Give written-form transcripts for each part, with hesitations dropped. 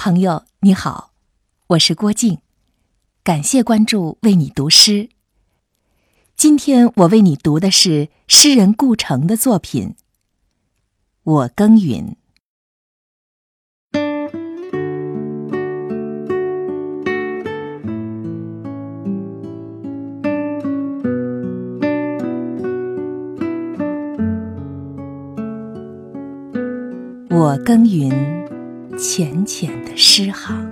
朋友你好，我是郭静，感谢关注为你读诗。今天我为你读的是诗人顾城的作品《我耕耘》。我耕耘浅浅的诗行，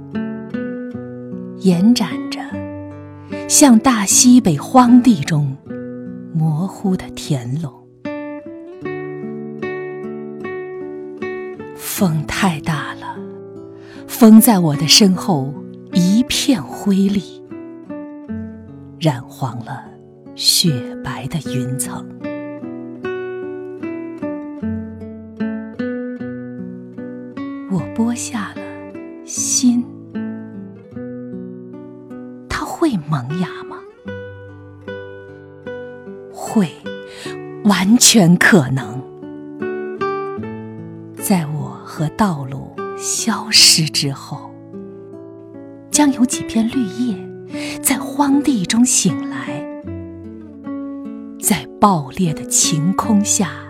延展着像大西北荒地中模糊的田垄。风太大了，风在我的身后一片灰砾，染黄了雪白的云层。我播下了心，它会萌芽吗？会，完全可能。在我和道路消失之后，将有几片绿叶在荒地中醒来，在爆裂的晴空下